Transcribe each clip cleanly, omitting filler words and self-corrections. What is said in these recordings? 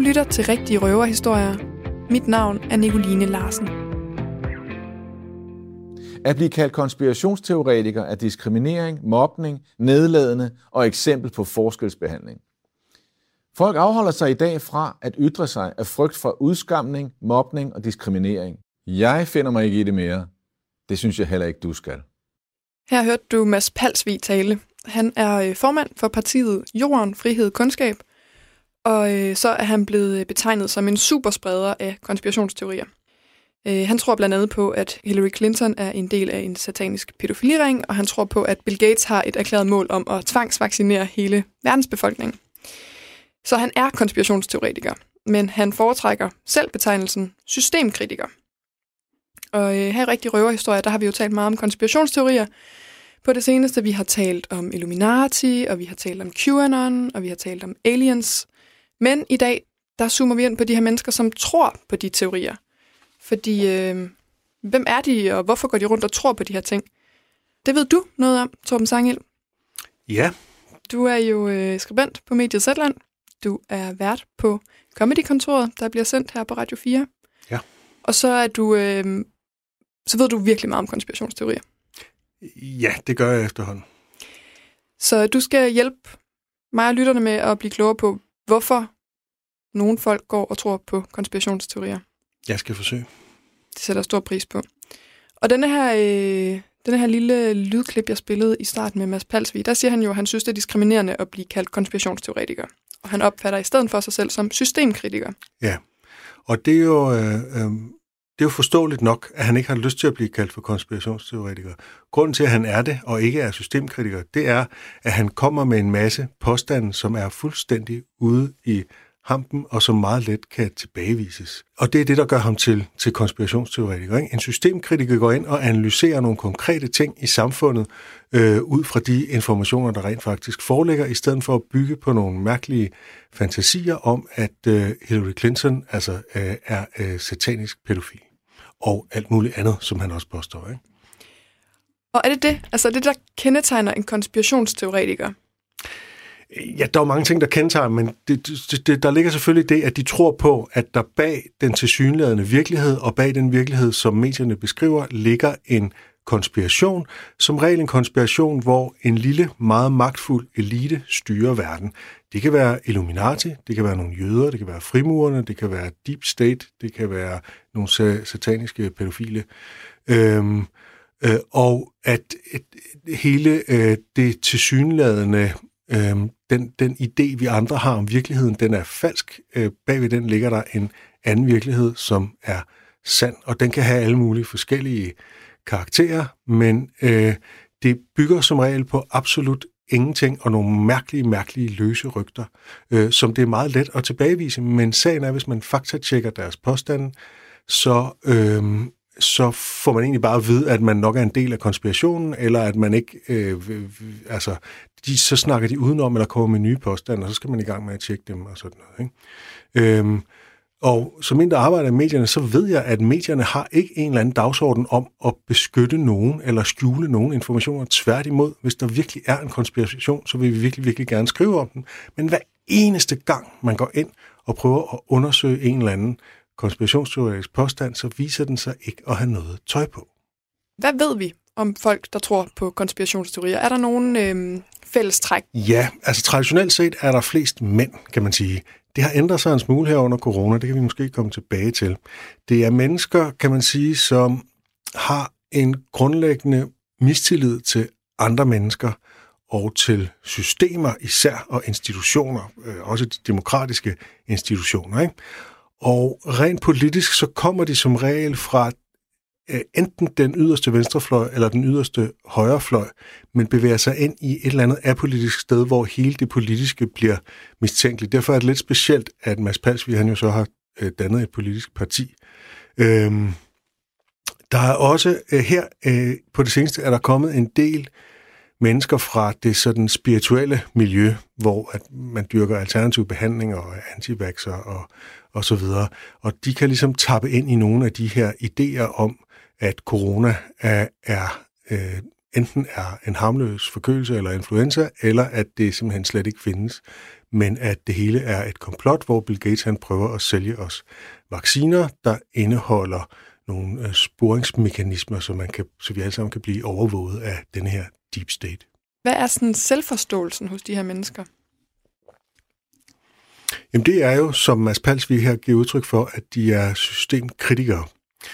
lytter til Rigtige Røverhistorier. Mit navn er Nicoline Larsen. At blive kaldt konspirationsteoretiker er diskriminering, mobning, nedladende og eksempel på forskelsbehandling. Folk afholder sig i dag fra at ytre sig af frygt for udskamning, mobning og diskriminering. Jeg finder mig ikke i det mere. Det synes jeg heller ikke, du skal. Her hørte du Mads Palsvig tale. Han er formand for partiet Jorden, Frihed, Kundskab, og så er han blevet betegnet som en superspreder af konspirationsteorier. Han tror blandt andet på, at Hillary Clinton er en del af en satanisk pædofiliring, og han tror på, at Bill Gates har et erklæret mål om at tvangsvaccinere hele verdensbefolkningen. Så han er konspirationsteoretiker, men han foretrækker selv betegnelsen systemkritiker. Og her i Rigtig Røverhistorie, der har vi jo talt meget om konspirationsteorier. På det seneste, vi har talt om Illuminati, og vi har talt om QAnon, og vi har talt om aliens. Men i dag, der zoomer vi ind på de her mennesker, som tror på de teorier. Fordi, hvem er de, og hvorfor går de rundt og tror på de her ting? Det ved du noget om, Torben Sangild. Ja. Du er jo skribent på Mediet Zetland. Du er vært på Comedy-kontoret, der bliver sendt her på Radio 4. Ja. Og så er du, så ved du virkelig meget om konspirationsteorier. Ja, det gør jeg efterhånden. Så du skal hjælpe mig og lytterne med at blive klogere på, hvorfor nogle folk går og tror på konspirationsteorier. Jeg skal forsøge. Det sætter jeg stor pris på. Og denne her lille lydklip, jeg spillede i starten med Mads Palsvig, der siger han jo, at han synes, det er diskriminerende at blive kaldt konspirationsteoretiker. Og han opfatter i stedet for sig selv som systemkritiker. Ja, og det er jo forståeligt nok, at han ikke har lyst til at blive kaldt for konspirationsteoretiker. Grunden til, at han er det, og ikke er systemkritiker, det er, at han kommer med en masse påstande, som er fuldstændig ude i hampen, og som meget let kan tilbagevises. Og det er det, der gør ham til konspirationsteoretiker. Ikke? En systemkritiker går ind og analyserer nogle konkrete ting i samfundet, ud fra de informationer, der rent faktisk foreligger, i stedet for at bygge på nogle mærkelige fantasier om, at Hillary Clinton er satanisk pædofil. Og alt muligt andet, som han også påstår. Ikke? Og er det det? Altså det, der kendetegner en konspirationsteoretiker? Ja, der er mange ting, der kendetegner, men der ligger selvfølgelig det, at de tror på, at der bag den tilsyneladende virkelighed, og bag den virkelighed, som medierne beskriver, ligger en konspiration. Som regel en konspiration, hvor en lille, meget magtfuld elite styrer verden. Det kan være Illuminati, det kan være nogle jøder, det kan være frimurerne, det kan være Deep State, det kan være nogle sataniske pædofile. Og at hele det tilsyneladende den idé, vi andre har om virkeligheden, den er falsk. Bagved den ligger der en anden virkelighed, som er sand, og den kan have alle mulige forskellige karakterer, men det bygger som regel på absolut ingenting og nogle mærkelige løse rygter, som det er meget let at tilbagevise, men sagen er, hvis man faktatjekker deres påstande, så får man egentlig bare at vide, at man nok er en del af konspirationen, eller at man ikke, så snakker de udenom, eller kommer med nye påstande, og så skal man i gang med at tjekke dem og sådan noget. Ikke? Og som en, der arbejder i medierne, så ved jeg, at medierne har ikke en eller anden dagsorden om at beskytte nogen, eller skjule nogen informationer. Tværtimod, hvis der virkelig er en konspiration, så vil vi virkelig gerne skrive om den. Men hver eneste gang, man går ind og prøver at undersøge en eller anden konspirationsteoretisk påstand, så viser den sig ikke at have noget tøj på. Hvad ved vi om folk, der tror på konspirationsteorier? Er der nogen fællestræk? Ja, altså traditionelt set er der flest mænd, kan man sige. Det har ændret sig en smule her under corona, det kan vi måske komme tilbage til. Det er mennesker, kan man sige, som har en grundlæggende mistillid til andre mennesker og til systemer især og institutioner, også de demokratiske institutioner, ikke? Og rent politisk, så kommer de som regel fra enten den yderste venstrefløj eller den yderste højrefløj, men bevæger sig ind i et eller andet apolitisk sted, hvor hele det politiske bliver mistænkeligt. Derfor er det lidt specielt, at Mads Palsvig, han jo så har dannet et politisk parti. Der er også her på det seneste, er der kommet en del mennesker fra det sådan spirituelle miljø, hvor at man dyrker alternative behandlinger og antivaxer og så videre. Og de kan ligesom tappe ind i nogle af de her idéer om, at corona enten er en harmløs forkølelse eller influenza, eller at det simpelthen slet ikke findes. men at det hele er et komplot, hvor Bill Gates han prøver at sælge os vacciner, der indeholder nogle sporingsmekanismer, så vi alle sammen kan blive overvåget af den her deep state. Hvad er sådan selvforståelsen hos de her mennesker? Jamen det er jo, som Mads Palsvig her giver udtryk for, at de er systemkritikere.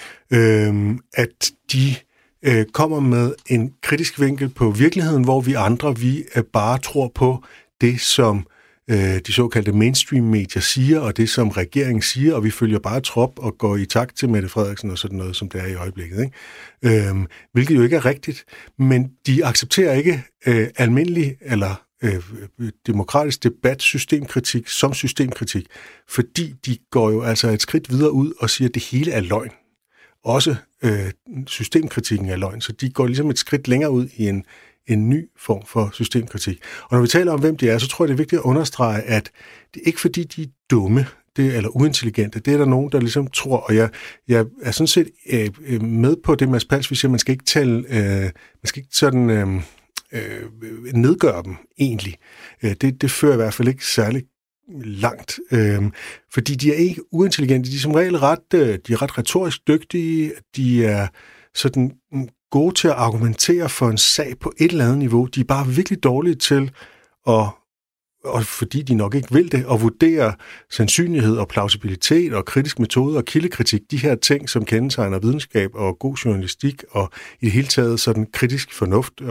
At de kommer med en kritisk vinkel på virkeligheden, hvor vi andre, vi bare tror på det, som de såkaldte mainstream-medier siger, og det, som regeringen siger, og vi følger bare trop og går i takt til Mette Frederiksen og sådan noget, som det er i øjeblikket. Ikke? Hvilket jo ikke er rigtigt, men de accepterer ikke almindelig eller demokratisk debat, systemkritik som systemkritik, fordi de går jo altså et skridt videre ud og siger, at det hele er løgn. Også systemkritikken er løgn, så de går ligesom et skridt længere ud i en ny form for systemkritik. Og når vi taler om, hvem de er, så tror jeg, det er vigtigt at understrege, at det er ikke fordi, de er dumme eller uintelligente. Det er der nogen, der ligesom tror, og jeg er sådan set med på det, Mads Palsvig siger, man skal ikke sådan nedgøre dem egentlig. Det fører i hvert fald ikke særlig langt, fordi de er ikke uintelligente. De er som regel de er ret retorisk dygtige, de er sådan gode til at argumentere for en sag på et eller andet niveau. De er bare virkelig dårlige til og fordi de nok ikke vil det, at vurdere sandsynlighed og plausibilitet og kritisk metode og kildekritik, de her ting, som kendetegner videnskab og god journalistik og i det hele taget sådan kritisk fornuft.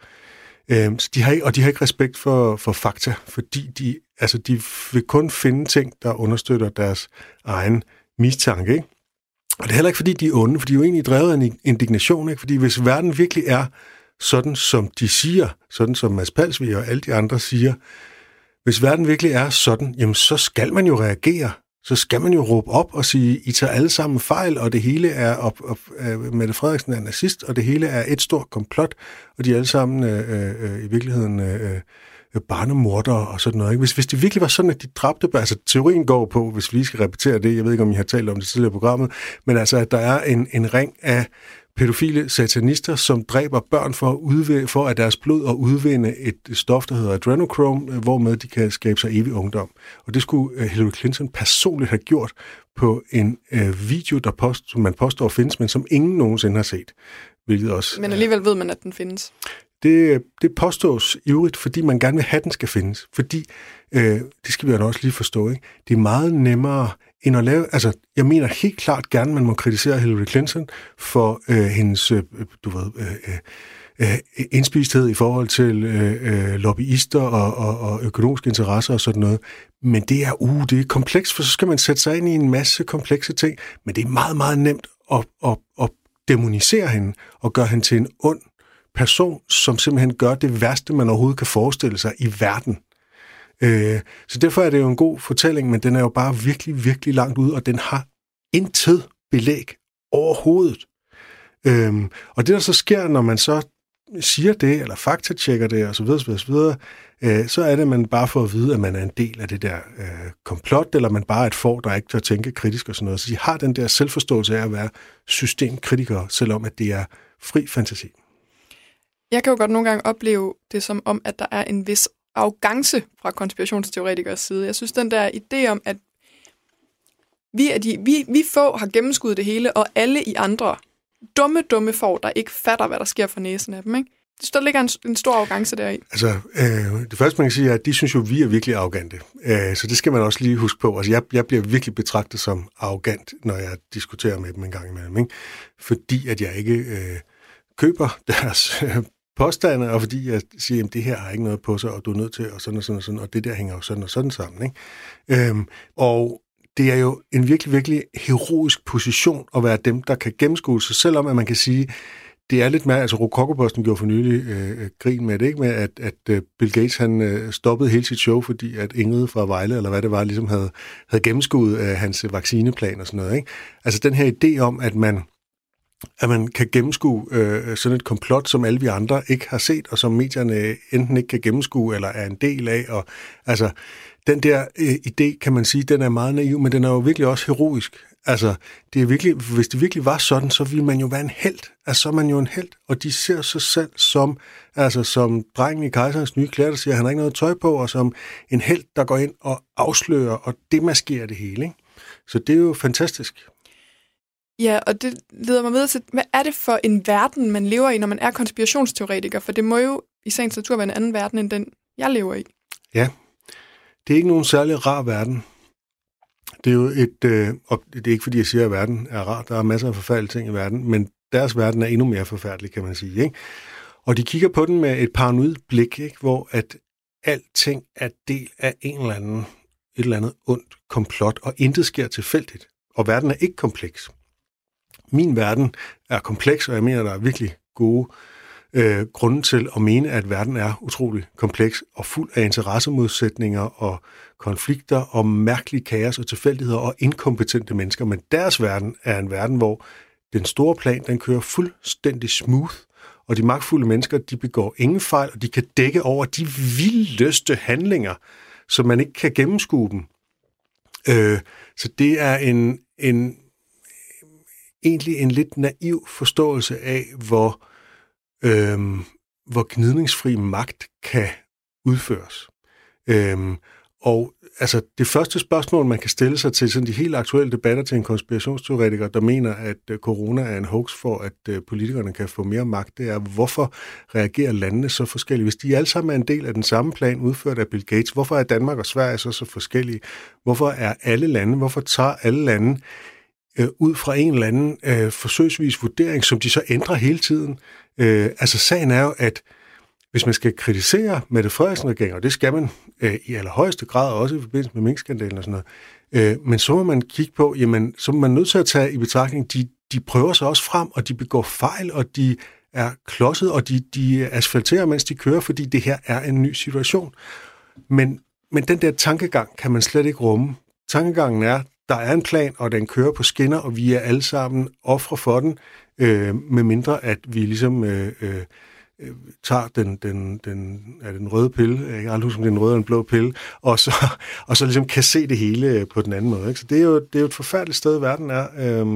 De har ikke respekt for fakta, fordi de vil kun finde ting, der understøtter deres egen mistanke, ikke? Og det er heller ikke, fordi de er onde, for de er jo egentlig drevet af en indignation, ikke? Fordi hvis verden virkelig er sådan, som de siger, sådan som Mads Palsvig og alle de andre siger, hvis verden virkelig er sådan, jamen så skal man jo reagere. Så skal man jo råbe op og sige, I tager alle sammen fejl, og det hele er Mette Frederiksen er nazist, og det hele er et stort komplot, og de er alle sammen i virkeligheden barnemordere og sådan noget. Ikke? Hvis det virkelig var sådan, at de dræbte, altså teorien går på, hvis vi lige skal repetere det, jeg ved ikke, om I har talt om det tidligere i programmet, men altså, at der er en ring af pædofile satanister, som dræber børn for at deres blod og udvinde et stof, der hedder adrenochrome, hvormed de kan skabe sig evig ungdom. Og det skulle Hillary Clinton personligt have gjort på en video, som man påstår findes, men som ingen nogensinde har set. Hvilket også, men alligevel ved man, at den findes. Det påstås ivrigt, fordi man gerne vil have, den skal findes. Fordi, det skal vi jo også lige forstå, ikke? Det er meget nemmere end at lave... Altså, jeg mener helt klart gerne, man må kritisere Hillary Clinton for hendes, indspisthed i forhold til lobbyister og økonomiske interesser og sådan noget. Men det er komplekst, for så skal man sætte sig ind i en masse komplekse ting. Men det er meget, meget nemt at dæmonisere hende og gøre hende til en ond person, som simpelthen gør det værste, man overhovedet kan forestille sig i verden. Så derfor er det jo en god fortælling, men den er jo bare virkelig, virkelig langt ude, og den har intet belæg overhovedet. Og det, der så sker, når man så siger det, eller faktatjekker det, og så videre, så er det, at man bare får at vide, at man er en del af det der komplot, eller man bare er et får, der ikke tør tænke kritisk og sådan noget. Så de har den der selvforståelse af at være systemkritikere, selvom at det er fri fantasi. Jeg kan jo godt nogle gange opleve det som om, at der er en vis arrogance fra konspirationsteoretikers side. Jeg synes, den der idé om, at vi få har gennemskuddet det hele, og alle i andre dumme får, der ikke fatter, hvad der sker for næsen af dem, ikke? Der ligger en stor arrogance deri. Altså, det første, man kan sige, er, at de synes jo, vi er virkelig arrogante. Så det skal man også lige huske på. Altså, jeg bliver virkelig betragtet som arrogant, når jeg diskuterer med dem en gang imellem, ikke? Fordi at jeg ikke køber deres påstande, og fordi jeg siger, at det her har ikke noget på sig, og du er nødt til, og sådan og sådan og sådan, og det der hænger jo sådan og sådan sammen, ikke? Og det er jo en virkelig, virkelig heroisk position at være dem, der kan gennemskue sig, selvom at man kan sige, det er lidt mere, altså Rokokoposten gjorde for nylig grin med det, ikke? Med at Bill Gates, han stoppede hele sit show, fordi at Ingrid fra Vejle, eller hvad det var, ligesom havde gennemskuet hans vaccineplan og sådan noget, ikke? Altså den her idé om, at man at man kan gennemskue sådan et komplot, som alle vi andre ikke har set, og som medierne enten ikke kan gennemskue, eller er en del af. Og, altså, den der idé, kan man sige, den er meget naiv, men den er jo virkelig også heroisk. Altså, det er virkelig, hvis det virkelig var sådan, så ville man jo være en helt. Altså, så er man jo en helt, og de ser sig selv som drengen i Kejserens nye klæder, der siger, at han har ikke noget tøj på, og som en helt, der går ind og afslører og demaskerer det hele. Ikke? Så det er jo fantastisk. Ja, og det leder mig videre til, hvad er det for en verden, man lever i, når man er konspirationsteoretiker? For det må jo i sagens natur være en anden verden, end den, jeg lever i. Ja, det er ikke nogen særlig rar verden. Det er jo og det er ikke fordi, jeg siger, at verden er rar. Der er masser af forfærdelige ting i verden, men deres verden er endnu mere forfærdelig, kan man sige. Ikke? Og de kigger på den med et paranoid blik, ikke? Hvor at alting er del af et eller andet ondt komplot, og intet sker tilfældigt. Og verden er ikke kompleks. Min verden er kompleks, og jeg mener, der er virkelig gode grunde til at mene, at verden er utrolig kompleks og fuld af interessemodsætninger og konflikter og mærkelige kaos og tilfældigheder og inkompetente mennesker. Men deres verden er en verden, hvor den store plan, den kører fuldstændig smooth, og de magtfulde mennesker, de begår ingen fejl, og de kan dække over de vildeste handlinger, så man ikke kan gennemskue dem. Så det er egentlig en lidt naiv forståelse af, hvor gnidningsfri magt kan udføres. Og altså, det første spørgsmål, man kan stille sig til sådan de helt aktuelle debatter til en konspirationsteoretiker, der mener, at corona er en hoax for, at politikerne kan få mere magt, det er, hvorfor reagerer landene så forskelligt? Hvis de alle sammen er en del af den samme plan udført af Bill Gates, hvorfor er Danmark og Sverige så forskellige? Hvorfor tager alle lande ud fra en eller anden forsøgsvis vurdering, som de så ændrer hele tiden? Altså, sagen er jo, at hvis man skal kritisere Mette Frederiksen-regeringen, og det skal man i allerhøjeste grad også i forbindelse med minkskandalen og sådan noget, men så må man kigge på, jamen, så må man nødt til at tage i betragtning, de prøver sig også frem, og de begår fejl, og de er klodset, og de asfalterer, mens de kører, fordi det her er en ny situation. Men den der tankegang kan man slet ikke rumme. Tankegangen er, der er en plan, og den kører på skinner, og vi er alle sammen ofre for den, med mindre at vi ligesom tager den røde pille, jeg kan aldrig huske, om det er en rød eller en blå pille, og så ligesom kan se det hele på den anden måde. Ikke? Så det er jo et forfærdeligt sted, verden er.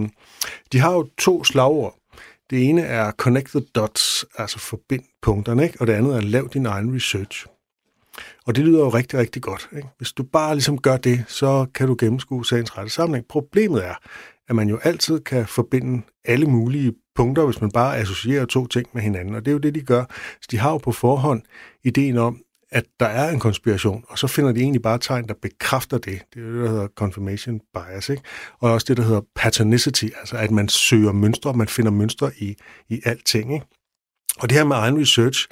De har jo 2 slagord. Det ene er connect the dots, altså forbind punkterne, ikke? Og det andet er lav din egen research. Og det lyder jo rigtig, rigtig godt. Ikke? Hvis du bare ligesom gør det, så kan du gennemskue sagens rette sammenhæng. Problemet er, at man jo altid kan forbinde alle mulige punkter, hvis man bare associerer 2 ting med hinanden. Og det er jo det, de gør. Så de har jo på forhånd ideen om, at der er en konspiration, og så finder de egentlig bare tegn, der bekræfter det. Det er jo det, der hedder confirmation bias, ikke? Og også det, der hedder patternicity, altså at man søger mønstre, man finder mønstre i alting, ikke? Og det her med egen research,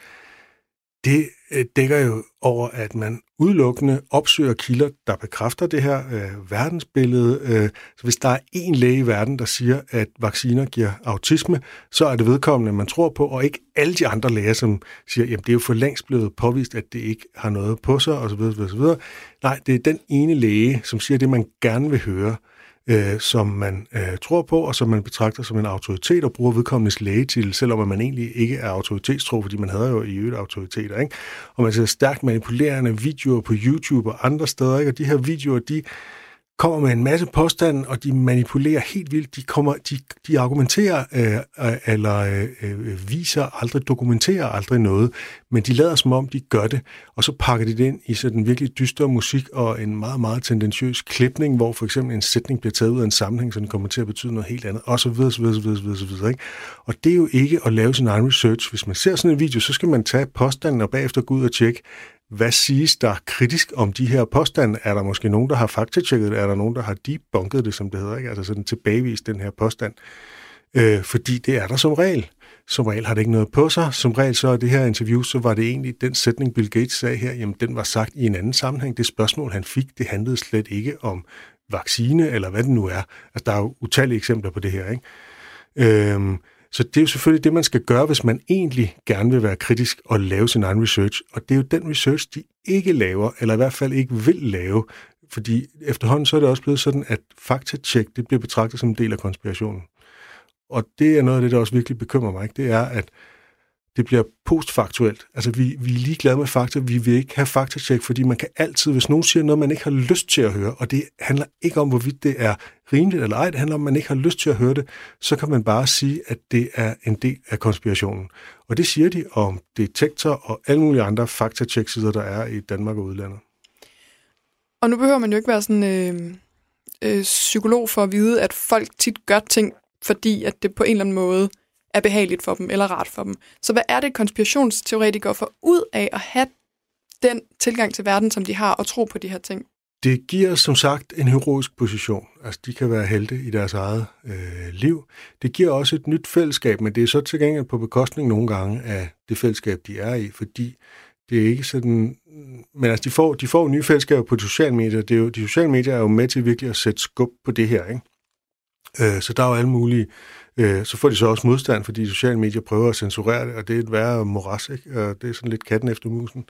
det dækker jo over, at man udelukkende opsøger kilder, der bekræfter det her verdensbillede. Så hvis der er én læge i verden, der siger, at vacciner giver autisme, så er det vedkommende, man tror på, og ikke alle de andre læger, som siger, jamen det er jo for længst blevet påvist, at det ikke har noget på sig, osv. osv. Nej, det er den ene læge, som siger det, man gerne vil høre, som man tror på, og som man betragter som en autoritet, og bruger vedkommendes lægetitel, selvom man egentlig ikke er autoritetstro, fordi man havde jo i øvrigt autoriteter, ikke? Og man ser stærkt manipulerende videoer på YouTube og andre steder, ikke? Og de her videoer, de kommer med en masse påstande, og de manipulerer helt vildt. De argumenterer eller viser aldrig, dokumenterer aldrig noget, men de lader som om, de gør det, og så pakker de det ind i sådan virkelig dyster musik og en meget, meget tendentiøs klipning, hvor for eksempel en sætning bliver taget ud af en sammenhæng, så den kommer til at betyde noget helt andet, og så videre, så videre, ikke? Og det er jo ikke at lave sin egen research. Hvis man ser sådan en video, så skal man tage påstanden og bagefter gå ud og tjekke, hvad siges der kritisk om de her påstande? Er der måske nogen, der har faktatjekket det? Er der nogen, der har debunket det, som det hedder? Ikke? Altså sådan tilbagevist den her påstand. Fordi det er der som regel. Som regel har det ikke noget på sig. Som regel så er det her interview, så var det egentlig den sætning, Bill Gates sagde her, jamen den var sagt i en anden sammenhæng. Det spørgsmål, han fik, det handlede slet ikke om vaccine, eller hvad det nu er. Altså der er jo utallige eksempler på det her, ikke? Så det er jo selvfølgelig det, man skal gøre, hvis man egentlig gerne vil være kritisk og lave sin egen research. Og det er jo den research, de ikke laver, eller i hvert fald ikke vil lave. Fordi efterhånden så er det også blevet sådan, at faktatjek, det bliver betragtet som en del af konspirationen. og det er noget af det, der også virkelig bekymrer mig, ikke? Det er, at det bliver postfaktuelt. Altså, vi er ligeglade med fakta, vi vil ikke have faktatjek, fordi man kan altid, hvis nogen siger noget, man ikke har lyst til at høre, og det handler ikke om, hvorvidt det er rimeligt eller ej, det handler om, at man ikke har lyst til at høre det, så kan man bare sige, at det er en del af konspirationen. Og det siger de om Detektor og alle mulige andre faktatjek-sider, der er i Danmark og udlandet. Og nu behøver man jo ikke være sådan psykolog for at vide, at folk tit gør ting, fordi at det på en eller anden måde er behageligt for dem, eller rart for dem. Så hvad er det, konspirationsteoretikere får ud af at have den tilgang til verden, som de har, og tro på de her ting? Det giver som sagt en heroisk position. Altså, de kan være helte i deres eget liv. Det giver også et nyt fællesskab, men det er så til gengæld på bekostning nogle gange af det fællesskab, de er i, fordi det er ikke sådan... Men altså, de får nye fællesskaber på de sociale medier. De sociale medier er jo med til virkelig at sætte skub på det her, ikke? Så der er jo alle mulige... Så får de så også modstand, fordi de sociale medier prøver at censurere det, og det er et værre moras, ikke? Og det er sådan lidt katten efter musen.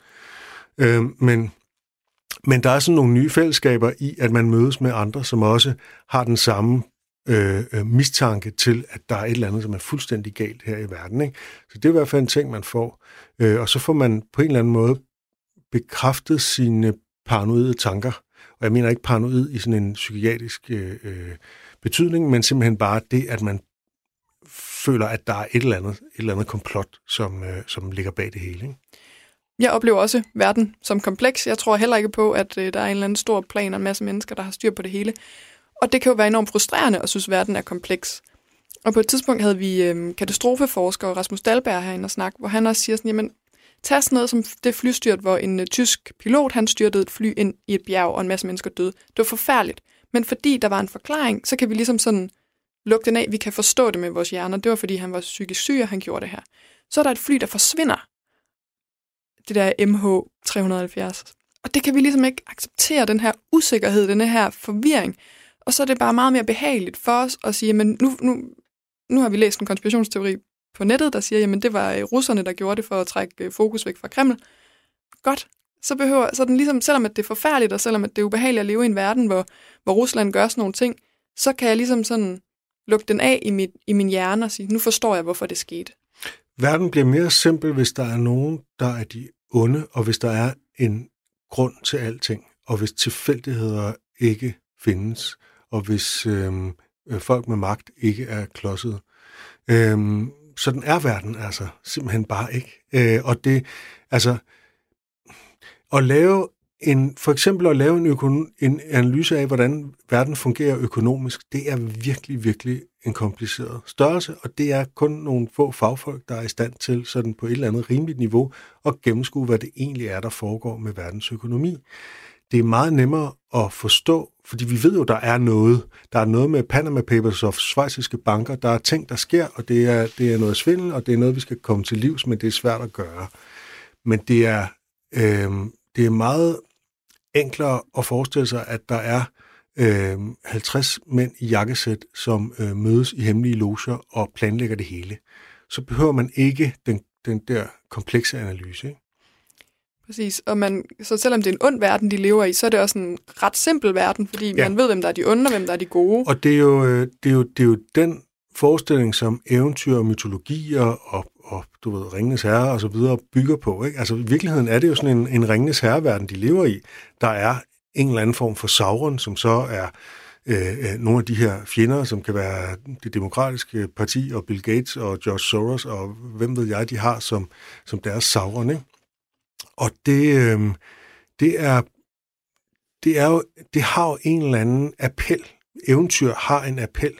Men der er sådan nogle nye fællesskaber i, at man mødes med andre, som også har den samme mistanke til, at der er et eller andet, som er fuldstændig galt her i verden, ikke? Så det er i hvert fald en ting, man får. Og så får man på en eller anden måde bekræftet sine paranoide tanker. Og jeg mener ikke paranoid i sådan en psykiatrisk betydning, men simpelthen bare det, at man føler, at der er et eller andet komplot, som ligger bag det hele, ikke? Jeg oplever også verden som kompleks. Jeg tror heller ikke på, at der er en eller anden stor plan og en masse mennesker, der har styr på det hele. Og det kan jo være enormt frustrerende at synes, at verden er kompleks. Og på et tidspunkt havde vi katastrofeforsker Rasmus Dahlberg herinde og snakke, hvor han også siger sådan, jamen, tag sådan noget som det flystyrt, hvor en tysk pilot, han styrtede et fly ind i et bjerg, og en masse mennesker døde. Det var forfærdeligt. Men fordi der var en forklaring, så kan vi ligesom sådan lukke den af. Vi kan forstå det med vores hjerner. Det var, fordi han var psykisk syg, og han gjorde det her. Så er der et fly, der forsvinder. Det der MH370. Og det kan vi ligesom ikke acceptere, den her usikkerhed, den her forvirring. Og så er det bare meget mere behageligt for os at sige, men nu har vi læst en konspirationsteori på nettet, der siger, jamen det var russerne, der gjorde det for at trække fokus væk fra Kreml. Godt. Så er den ligesom, selvom at det er forfærdeligt, og selvom at det er ubehageligt at leve i en verden, hvor Rusland gør sådan nogle ting, så kan jeg ligesom sådan lukke den af i min hjerne og sige, nu forstår jeg, hvorfor det skete. Verden bliver mere simpel, hvis der er nogen, der er de onde, og hvis der er en grund til alting, og hvis tilfældigheder ikke findes, og hvis folk med magt ikke er klodset. Sådan er verden altså simpelthen bare ikke. Og det, altså, for eksempel at lave en analyse af, hvordan verden fungerer økonomisk, det er virkelig, virkelig en kompliceret størrelse, og det er kun nogle få fagfolk, der er i stand til sådan på et eller andet rimeligt niveau at gennemskue, hvad det egentlig er, der foregår med verdens økonomi. Det er meget nemmere at forstå, fordi vi ved jo, der er noget. Der er noget med Panama Papers og schweiziske banker. Der er ting, der sker, og det er noget svindel, og det er noget, vi skal komme til livs, men det er svært at gøre. Men det er meget enklere at forestille sig, at der er 50 mænd i jakkesæt, som mødes i hemmelige loger og planlægger det hele. Så behøver man ikke den der komplekse analyse, ikke? Præcis, og så selvom det er en ond verden, de lever i, så er det også en ret simpel verden, fordi man ved, hvem der er de onde, og hvem der er de gode. Og det er jo den forestilling, som eventyr og mytologier og du ved, Ringenes Herre og så videre bygger på, ikke? Altså i virkeligheden er det jo sådan en Ringenes Herre-verden, de lever i. Der er en eller anden form for Sauron, som så er nogle af de her fjender, som kan være det demokratiske parti og Bill Gates og George Soros og hvem ved jeg, de har som deres Sauron, ikke? Og det har jo en eller anden appel. Eventyr har en appel.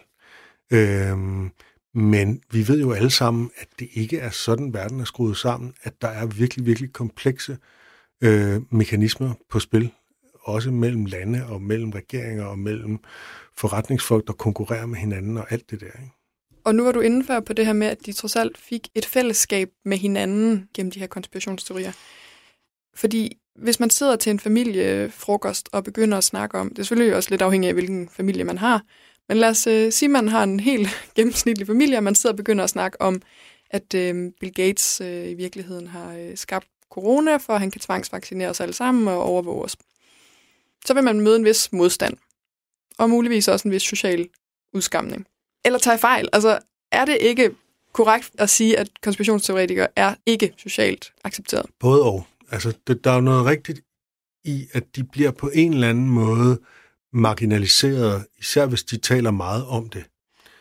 Men vi ved jo alle sammen, at det ikke er sådan, verden er skruet sammen, at der er virkelig, virkelig komplekse mekanismer på spil, også mellem lande og mellem regeringer og mellem forretningsfolk, der konkurrerer med hinanden og alt det der, ikke? Og nu var du inde før på det her med, at de trods alt fik et fællesskab med hinanden gennem de her konspirationsteorier. Fordi hvis man sidder til en familiefrokost og begynder at snakke om, det er selvfølgelig også lidt afhængigt af, hvilken familie man har, men lad os sige, at man har en helt gennemsnitlig familie, og man sidder og begynder at snakke om, at Bill Gates i virkeligheden har skabt corona, for at han kan tvangsvaccinere os alle sammen og overvåge os. Så vil man møde en vis modstand, og muligvis også en vis social udskamning. Eller tage fejl. Altså, er det ikke korrekt at sige, at konspirationsteoretikere er ikke socialt accepteret? Både og. Altså, der er jo noget rigtigt i, at de bliver på en eller anden måde marginaliseret, især hvis de taler meget om det.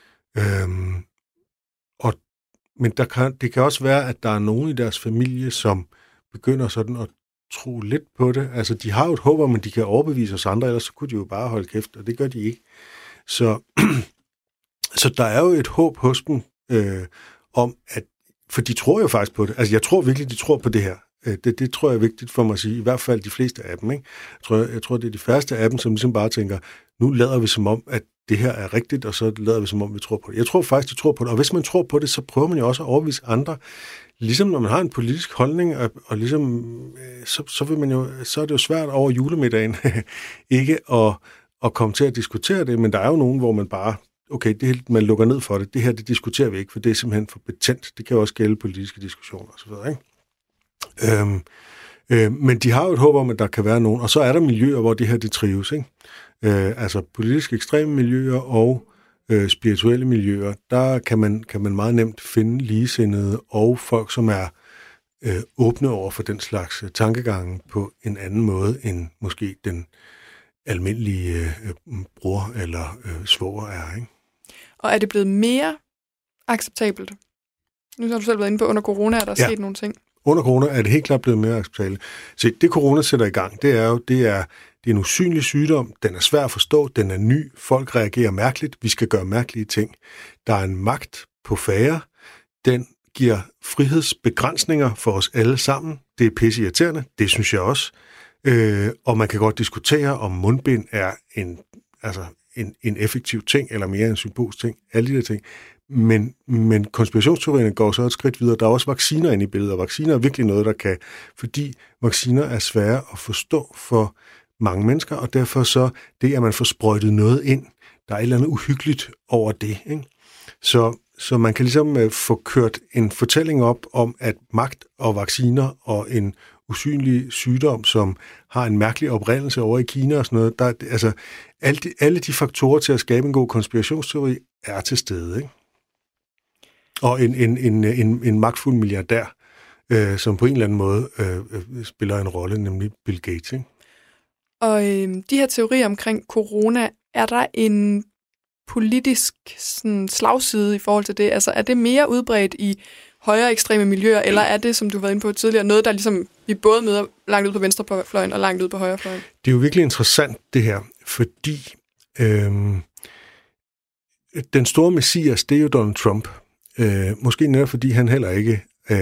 Men det kan også være, at der er nogen i deres familie, som begynder sådan at tro lidt på det. Altså, de har jo et håb om, at de kan overbevise os andre, ellers så kunne de jo bare holde kæft, og det gør de ikke. Så der er jo et håb hos dem om, at... For de tror jo faktisk på det. Altså, jeg tror virkelig, de tror på det her. Det tror jeg er vigtigt for mig at sige. I hvert fald de fleste af dem, ikke? Jeg tror, det er de færreste af dem, som ligesom bare tænker, nu lader vi som om, at det her er rigtigt, og så lader vi som om, vi tror på det. Jeg tror faktisk, de tror på det. Og hvis man tror på det, så prøver man jo også at overbevise andre. Ligesom når man har en politisk holdning, og ligesom, så er det jo svært over julemiddagen ikke at komme til at diskutere det, men der er jo nogen, hvor man bare, okay, man lukker ned for det. Det her, det diskuterer vi ikke, for det er simpelthen for betændt. Det kan jo også gælde politiske diskussioner osv., ikke? Men de har jo et håb om, at der kan være nogen, og så er der miljøer, hvor det her, det trives, ikke? Altså politisk ekstreme miljøer og spirituelle miljøer, der kan man meget nemt finde ligesindede og folk, som er åbne over for den slags tankegange på en anden måde, end måske den almindelige bror eller svoger er, ikke? Og er det blevet mere acceptabelt? Nu har du selv været inde på, under corona er der sket nogle ting. Under corona er det helt klart blevet mere acceptabelt. Så det corona sætter i gang, det er en usynlig sygdom, den er svær at forstå, den er ny, folk reagerer mærkeligt, vi skal gøre mærkelige ting. Der er en magt på færre, den giver frihedsbegrænsninger for os alle sammen. Det er pisseirriterende, det synes jeg også. Og man kan godt diskutere, om mundbind er en effektiv ting, eller mere en symbolsk ting, alle de der ting. Men konspirationsteorierne går så et skridt videre. Der er også vacciner inde i billedet, og vacciner er virkelig noget, der kan, fordi vacciner er svære at forstå for mange mennesker, og derfor så det, at man får sprøjtet noget ind, der er et eller andet uhyggeligt over det, ikke? Så man kan ligesom få kørt en fortælling op om, at magt og vacciner og en usynlig sygdom, som har en mærkelig oprindelse over i Kina og sådan noget, altså alle de faktorer til at skabe en god konspirationsteori er til stede, ikke? Og en magtfuld milliardær, som på en eller anden måde spiller en rolle, nemlig Bill Gates, ikke? Og de her teorier omkring corona, er der en politisk sådan, slagside i forhold til det? Altså er det mere udbredt i højere ekstreme miljøer, eller er det, som du var inde på tidligere, noget, der ligesom vi både møder langt ud på venstrefløjen og langt ud på højrefløjen? Det er jo virkelig interessant, det her, fordi den store messias, det er jo Donald Trump. Måske netop fordi han heller ikke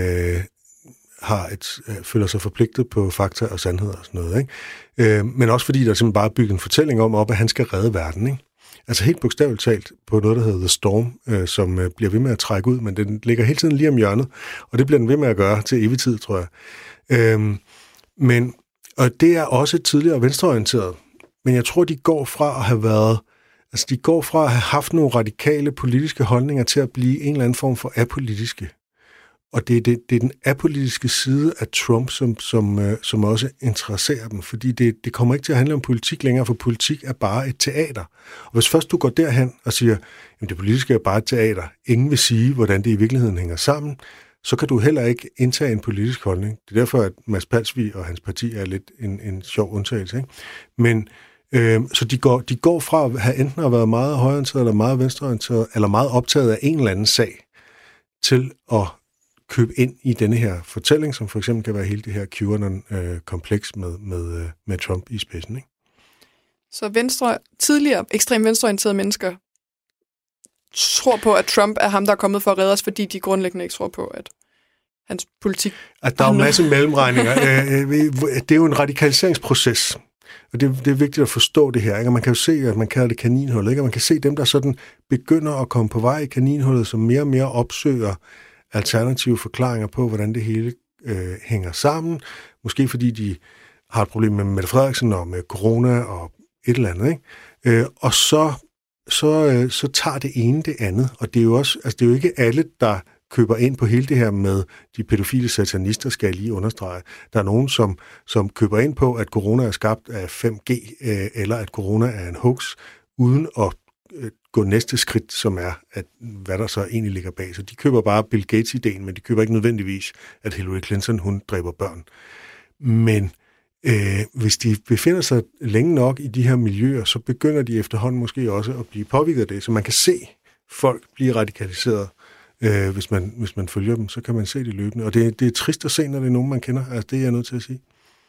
føler sig forpligtet på fakta og sandhed og sådan noget, ikke? Men også fordi der simpelthen bare er bygget en fortælling om, at han skal redde verden, ikke? Altså helt bogstaveligt talt på noget, der hedder The Storm, som bliver ved med at trække ud, men den ligger hele tiden lige om hjørnet, og det bliver den ved med at gøre til evig tid, tror jeg. Og det er også tidligere venstreorienteret, men jeg tror, de går fra at have haft nogle radikale politiske holdninger til at blive en eller anden form for apolitiske. Og det er den apolitiske side af Trump, som også interesserer dem, fordi det kommer ikke til at handle om politik længere, for politik er bare et teater. Og hvis først du går derhen og siger, at det politiske er bare et teater, ingen vil sige, hvordan det i virkeligheden hænger sammen, så kan du heller ikke indtage en politisk holdning. Det er derfor, at Mads Palsvig og hans parti er lidt en sjov undtagelse, ikke? Men så de går fra at have enten været meget højreorienteret, eller meget venstreorienteret, eller meget optaget af en eller anden sag, til at købe ind i denne her fortælling, som for eksempel kan være hele det her QAnon-kompleks med Trump i spidsen, ikke? Så tidligere ekstremt venstreorienterede mennesker tror på, at Trump er ham, der er kommet for at redde os, fordi de grundlæggende ikke tror på, at hans politik... At der er en masse mellemregninger. Det er jo en radikaliseringsproces, og det er vigtigt at forstå det her, ikke? Og man kan jo se, at man kalder det kaninhullet, ikke? Og man kan se dem, der sådan begynder at komme på vej i kaninhullet, som mere og mere opsøger alternative forklaringer på, hvordan det hele hænger sammen. Måske fordi de har et problem med Mette Frederiksen og med corona og et eller andet, ikke? Og så tager det ene det andet. Og det er jo også, altså det er jo ikke alle, der køber ind på hele det her med de pædofile satanister, skal jeg lige understrege. Der er nogen, som køber ind på, at corona er skabt af 5G, eller at corona er en hoax, uden at gå næste skridt, som er, at hvad der så egentlig ligger bag. Så de køber bare Bill Gates-ideen, men de køber ikke nødvendigvis, at Hillary Clinton, hun dræber børn. Men hvis de befinder sig længe nok i de her miljøer, så begynder de efterhånden måske også at blive påvirket af det. Så man kan se folk blive radikaliseret, hvis man følger dem, så kan man se det løbende. Og det er trist at se, når det er nogen, man kender. Altså, det er jeg nødt til at sige.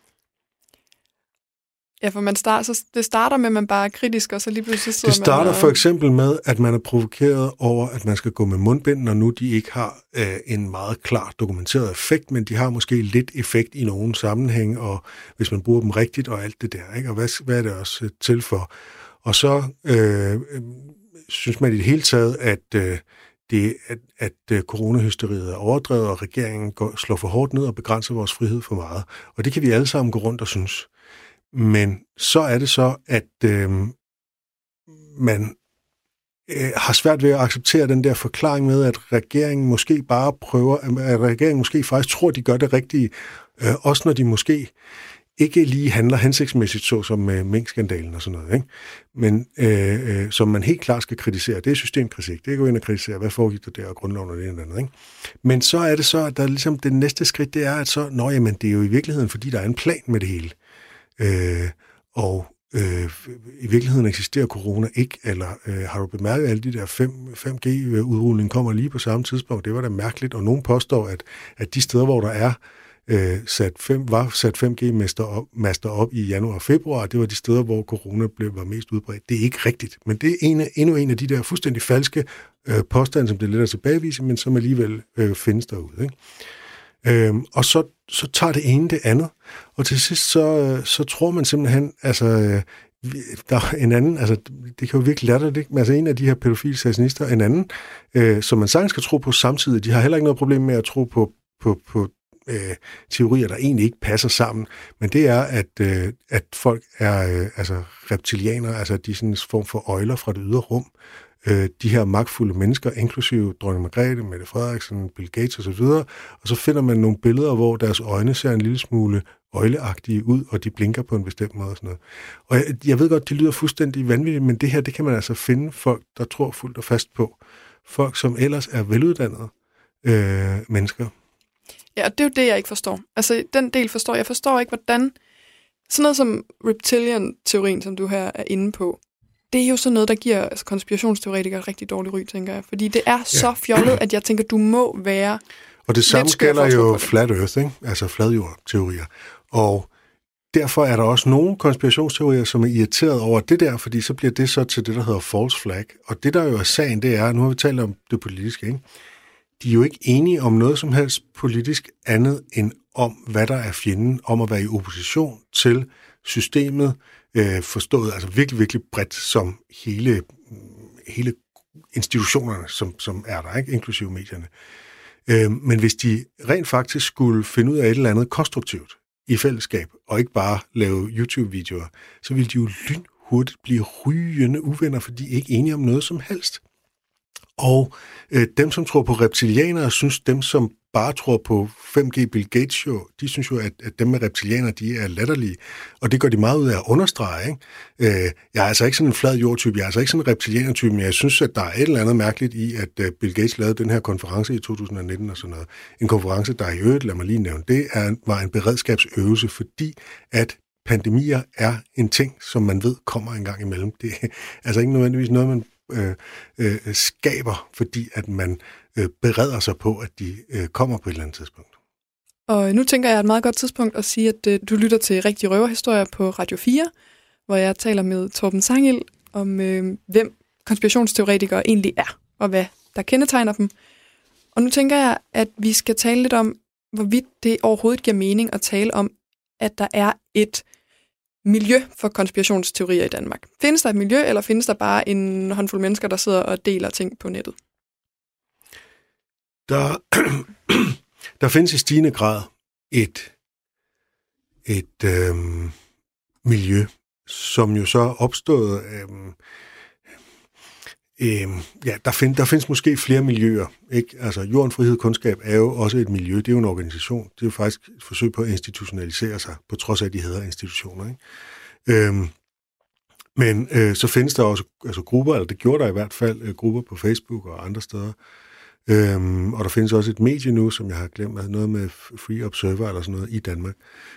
Ja, for det starter med, at man bare er kritisk, og så lige pludselig sidder det starter for eksempel med, at man er provokeret over, at man skal gå med mundbind, når nu de ikke har en meget klar dokumenteret effekt, men de har måske lidt effekt i nogen sammenhæng, og hvis man bruger dem rigtigt og alt det der, ikke? Og hvad er det også til for? Og så synes man i det hele taget, at coronahysteriet er overdrevet, og regeringen slår for hårdt ned og begrænser vores frihed for meget. Og det kan vi alle sammen gå rundt og synes. Men så er det så, at man har svært ved at acceptere den der forklaring med, at regeringen måske bare prøver, at regeringen måske faktisk tror, de gør det rigtige, også når de måske ikke lige handler hensigtsmæssigt, så som med minkskandalen og sådan noget, ikke? Men som man helt klart skal kritisere. Det er systemkritik. Det er at gå ind og kritisere, hvad foregik der der, og grundloven og det eller andet, ikke? Men så er det så, at der ligesom det næste skridt, det er, at så, jamen, det er jo i virkeligheden, fordi der er en plan med det hele. I virkeligheden eksisterer corona ikke, eller har du bemærket, at alle de der 5G-udrulning kommer lige på samme tidspunkt? Det var da mærkeligt, og nogen påstår, at de steder, hvor der er sat 5G-master op i januar og februar, det var de steder, hvor corona var mest udbredt. Det er ikke rigtigt, men det er endnu en af de der fuldstændig falske påstande, som det er let at tilbagevise, men som alligevel findes derude, ikke? Og så tager det ene det andet, og til sidst så tror man simpelthen, altså der er en anden, altså det kan jo virkelig latterligt, men altså en af de her pædofile satanister, en anden, som man sagtens skal tro på samtidig, de har heller ikke noget problem med at tro på teorier, der egentlig ikke passer sammen, men det er, at folk er altså reptilianere, altså de er sådan en form for øgler fra det ydre rum. De her magtfulde mennesker, inklusive dronning Margrethe, Mette Frederiksen, Bill Gates osv., og så finder man nogle billeder, hvor deres øjne ser en lille smule øjleagtige ud, og de blinker på en bestemt måde og sådan noget. Og jeg ved godt, de lyder fuldstændig vanvittigt, men det her, det kan man altså finde folk, der tror fuldt og fast på. Folk, som ellers er veluddannede mennesker. Ja, og det er jo det, jeg ikke forstår. Altså, den del forstår jeg. Jeg forstår ikke, hvordan sådan noget som reptilian-teorien, som du her er inde på, det er jo sådan noget, der giver konspirationsteoretikere et rigtig dårligt ry, tænker jeg. Fordi det er så fjollet, at jeg tænker, du må være... Og det samme gælder jo flat earth, ikke? Altså fladjordteorier. Og derfor er der også nogle konspirationsteorier, som er irriteret over det der, fordi så bliver det så til det, der hedder false flag. Og det, der jo er sagen, det er, nu har vi talt om det politiske, ikke? De er jo ikke enige om noget som helst politisk andet end om, hvad der er fjenden, om at være i opposition til systemet, forstået altså virkelig, virkelig bredt som hele institutionerne, som er der, ikke? Inklusive medierne. Men hvis de rent faktisk skulle finde ud af et eller andet konstruktivt i fællesskab, og ikke bare lave YouTube-videoer, så ville de jo lynhurtigt blive rygende uvenner, for de er ikke enige om noget som helst. Og dem, som tror på reptilianere, synes dem, som bare tror på 5G Bill Gates show, de synes jo, at dem med reptilianere, de er latterlige. Og det gør de meget ud af at understrege, ikke? Jeg er altså ikke sådan en flad jordtype, jeg er altså ikke sådan en reptilianer-type, men jeg synes, at der er et eller andet mærkeligt i, at Bill Gates lavede den her konference i 2019 og sådan noget. En konference, der i øvrigt, lad mig lige nævne, det var en beredskabsøvelse, fordi at pandemier er en ting, som man ved kommer en gang imellem. Det er altså ikke nødvendigvis noget, man skaber, fordi at man bereder sig på, at de kommer på et eller andet tidspunkt. Og nu tænker jeg et meget godt tidspunkt at sige, at du lytter til Rigtige Røverhistorier på Radio 4, hvor jeg taler med Torben Sangild om, hvem konspirationsteoretikere egentlig er, og hvad der kendetegner dem. Og nu tænker jeg, at vi skal tale lidt om, hvorvidt det overhovedet giver mening at tale om, at der er et miljø for konspirationsteorier i Danmark. Findes der et miljø, eller findes der bare en håndfuld mennesker, der sidder og deler ting på nettet? Der findes i stigende grad et miljø, som jo så er opstået. Der findes måske flere miljøer, ikke? Altså, Jorden, Frihed, Kundskab er jo også et miljø. Det er jo en organisation. Det er jo faktisk et forsøg på at institutionalisere sig, på trods af, at de hedder institutioner, ikke? Men så findes der også grupper, eller det gjorde der i hvert fald, grupper på Facebook og andre steder. Og der findes også et medie nu, som jeg har glemt, noget med Free Observer eller sådan noget i Danmark.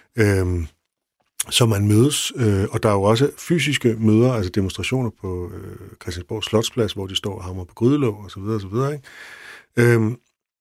Så man mødes, og der er jo også fysiske møder, altså demonstrationer på Christiansborg Slotsplads, hvor de står og hamrer på grydelåg og så videre, og så videre, ikke?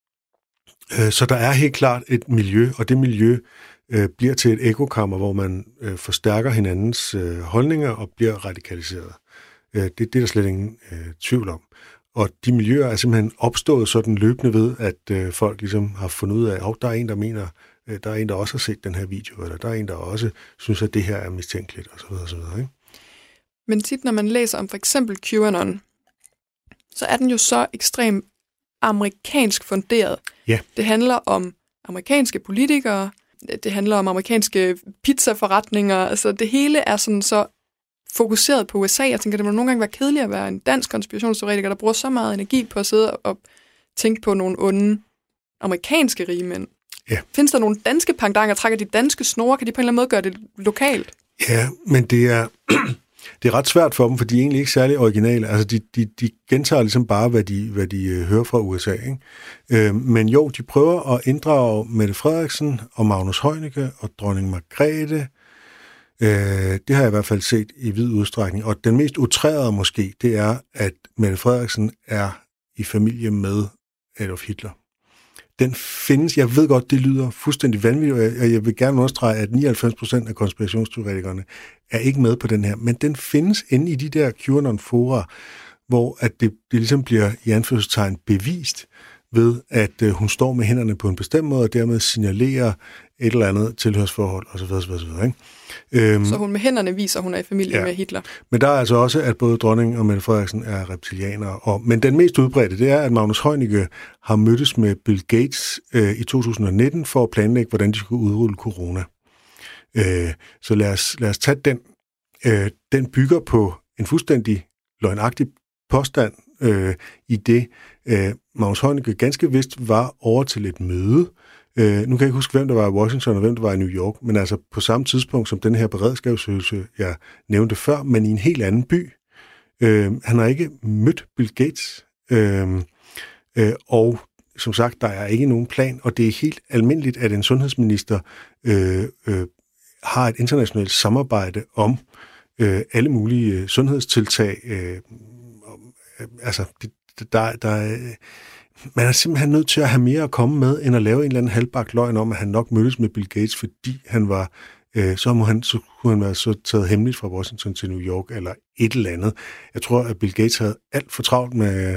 Så der er helt klart et miljø, og det miljø bliver til et ekokammer, hvor man forstærker hinandens holdninger og bliver radikaliseret. Det er der slet ingen tvivl om. Og de miljøer er simpelthen opstået sådan løbende ved, at folk ligesom har fundet ud af, at der er en, der mener, der er en, der også har set den her video, eller der er en, der også synes, at det her er mistænkeligt, osv. osv. Ikke? Men tit, når man læser om for eksempel QAnon, så er den jo så ekstremt amerikansk funderet. Ja. Det handler om amerikanske politikere, det handler om amerikanske pizzaforretninger, altså det hele er sådan så fokuseret på USA. Jeg tænker, det må nogle gange være kedeligt at være en dansk konspirationsteoretiker, der bruger så meget energi på at sidde og tænke på nogle onde amerikanske rigmænd. Ja. Findes der nogle danske pendants, trækker de danske snore? Kan de på en eller anden måde gøre det lokalt? Ja, men det er ret svært for dem, for de er egentlig ikke særlig originale. Altså, de gentager ligesom bare, hvad de hører fra USA. Ikke? Men jo, de prøver at inddrage Mette Frederiksen og Magnus Heunicke og dronning Margrethe. Det har jeg i hvert fald set i vid udstrækning. Og den mest outrerede måske, det er, at Mette Frederiksen er i familie med Adolf Hitler. Den findes, jeg ved godt, det lyder fuldstændig vanvittigt, og jeg vil gerne understrege, at 99% af konspirationsteoretikerne er ikke med på den her, men den findes inde i de der QAnon-fora, hvor at det ligesom bliver i anførselstegn bevist ved, at hun står med hænderne på en bestemt måde, og dermed signalerer et eller andet tilhørsforhold, osv. Ikke? Så hun med hænderne viser, at hun er i familie med Hitler. Men der er altså også, at både dronningen og Mette Frederiksen er reptilianere. Men den mest udbredte, det er, at Magnus Heunicke har mødtes med Bill Gates i 2019 for at planlægge, hvordan de skulle udrulle corona. Så lad os tage den. Den bygger på en fuldstændig løgnagtig påstand i det, Magnus Heunicke ganske vist var over til et møde. Nu kan jeg ikke huske, hvem der var i Washington og hvem der var i New York, men altså på samme tidspunkt som den her beredskabsøvelse, jeg nævnte før, men i en helt anden by. Han har ikke mødt Bill Gates, og som sagt, der er ikke nogen plan, og det er helt almindeligt, at en sundhedsminister har et internationalt samarbejde om alle mulige sundhedstiltag. Altså, man er simpelthen nødt til at have mere at komme med, end at lave en eller anden halvbagt løgn om, at han nok mødtes med Bill Gates, fordi han var, så kunne han være så taget hemmeligt fra Washington til New York, eller et eller andet. Jeg tror, at Bill Gates havde alt for travlt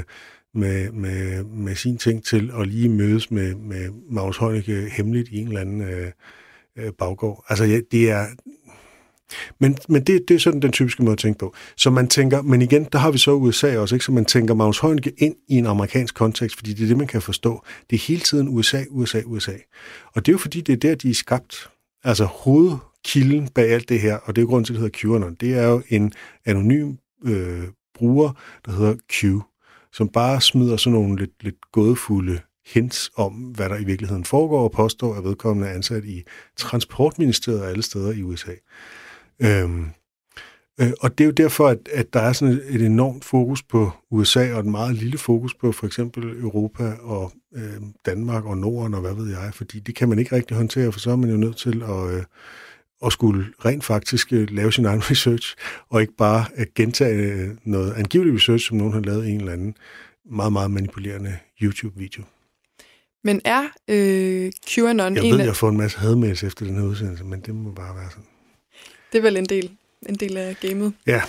med sine ting til at lige mødes med Magnus Heunicke hemmeligt i en eller anden baggård. Altså, ja, det er... Men det er sådan den typiske måde at tænke på. Så man tænker, men igen, der har vi så USA også, ikke? Så man tænker Magnus Heunicke ind i en amerikansk kontekst, fordi det er det, man kan forstå. Det er hele tiden USA. Og det er jo fordi, det er der, de er skabt. Altså hovedkilden bag alt det her, og det er jo grunden til, at det hedder QAnon. Det er jo en anonym bruger, der hedder Q, som bare smider sådan nogle lidt gådefulde hints om, hvad der i virkeligheden foregår, og påstår, at vedkommende er ansat i Transportministeriet og alle steder i USA. Og det er jo derfor, at der er sådan et enormt fokus på USA, og et meget lille fokus på for eksempel Europa og Danmark og Norden og hvad ved jeg, fordi det kan man ikke rigtig håndtere, for så er man jo nødt til at skulle rent faktisk lave sin egen research, og ikke bare gentage noget angiveligt research, som nogen har lavet i en eller anden meget, meget manipulerende YouTube-video. Men er QAnon jeg får en masse hadmails efter den her udsendelse, men det må bare være sådan. Det er vel en del af gamet. Ja,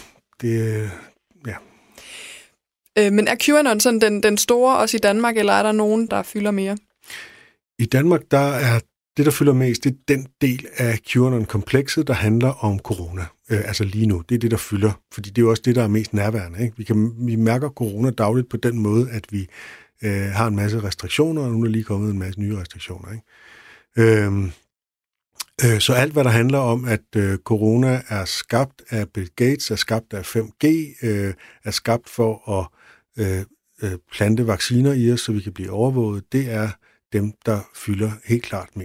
Men er QAnon sådan den store også i Danmark, eller er der nogen, der fylder mere? I Danmark, der er det, der fylder mest, det er den del af QAnon-komplekset, der handler om corona. Altså lige nu, det er det, der fylder, fordi det er jo også det, der er mest nærværende. Ikke? Vi mærker corona dagligt på den måde, at vi har en masse restriktioner, og nu er der lige kommet en masse nye restriktioner. Ikke? Så alt, hvad der handler om, at corona er skabt af Bill Gates, er skabt af 5G, er skabt for at plante vacciner i os, så vi kan blive overvåget, det er dem, der fylder helt klart mest.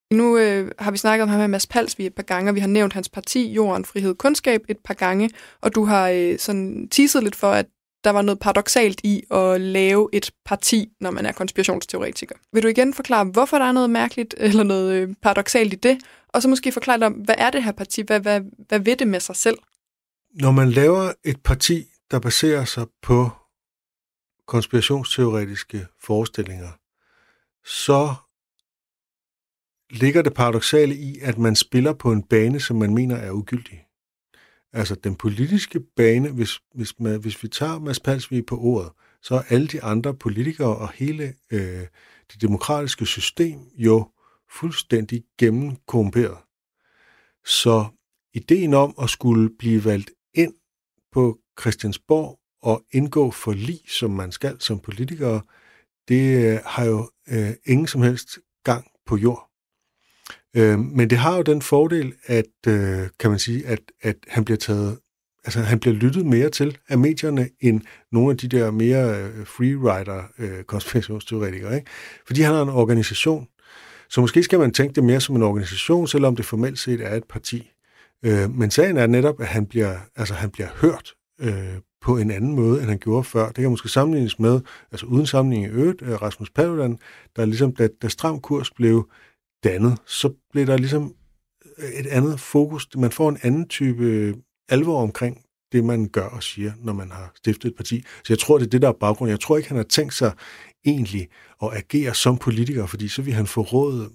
Nu har vi snakket om ham med Mads Palsvig et par gange, og vi har nævnt hans parti, Jorden, Frihed, Kundskab, et par gange, og du har sådan teaset lidt for, at der var noget paradoksalt i at lave et parti, når man er konspirationsteoretiker. Vil du igen forklare, hvorfor der er noget mærkeligt eller noget paradoksalt i det, og så måske forklare dig om, hvad er det her parti? Hvad ved det med sig selv? Når man laver et parti, der baserer sig på konspirationsteoretiske forestillinger, så ligger det paradoksale i, at man spiller på en bane, som man mener er ugyldig. Altså den politiske bane, hvis vi tager Mads Palsvig på ordet, så er alle de andre politikere og hele det demokratiske system jo fuldstændig gennemkorrumperet. Så ideen om at skulle blive valgt ind på Christiansborg og indgå forlig, som man skal som politikere, det har jo ingen som helst gang på jord. Men det har jo den fordel, at kan man sige, at han bliver lyttet mere til af medierne end nogle af de der mere freerider konspirationsteoretikere, ikke? Fordi han har en organisation. Så måske skal man tænke det mere som en organisation, selvom det formelt set er et parti. Men sagen er netop, at han bliver hørt på en anden måde, end han gjorde før. Det kan måske sammenlignes med, altså uden sammenligning i øvrigt, Rasmus Paludan, der ligesom, da Stram Kurs blev dannet, så blev der ligesom et andet fokus. Man får en anden type alvor omkring det, man gør og siger, når man har stiftet et parti. Så jeg tror, det er det, der er baggrunden. Jeg tror ikke, han har tænkt sig egentlig at agere som politiker, fordi så vil han forråde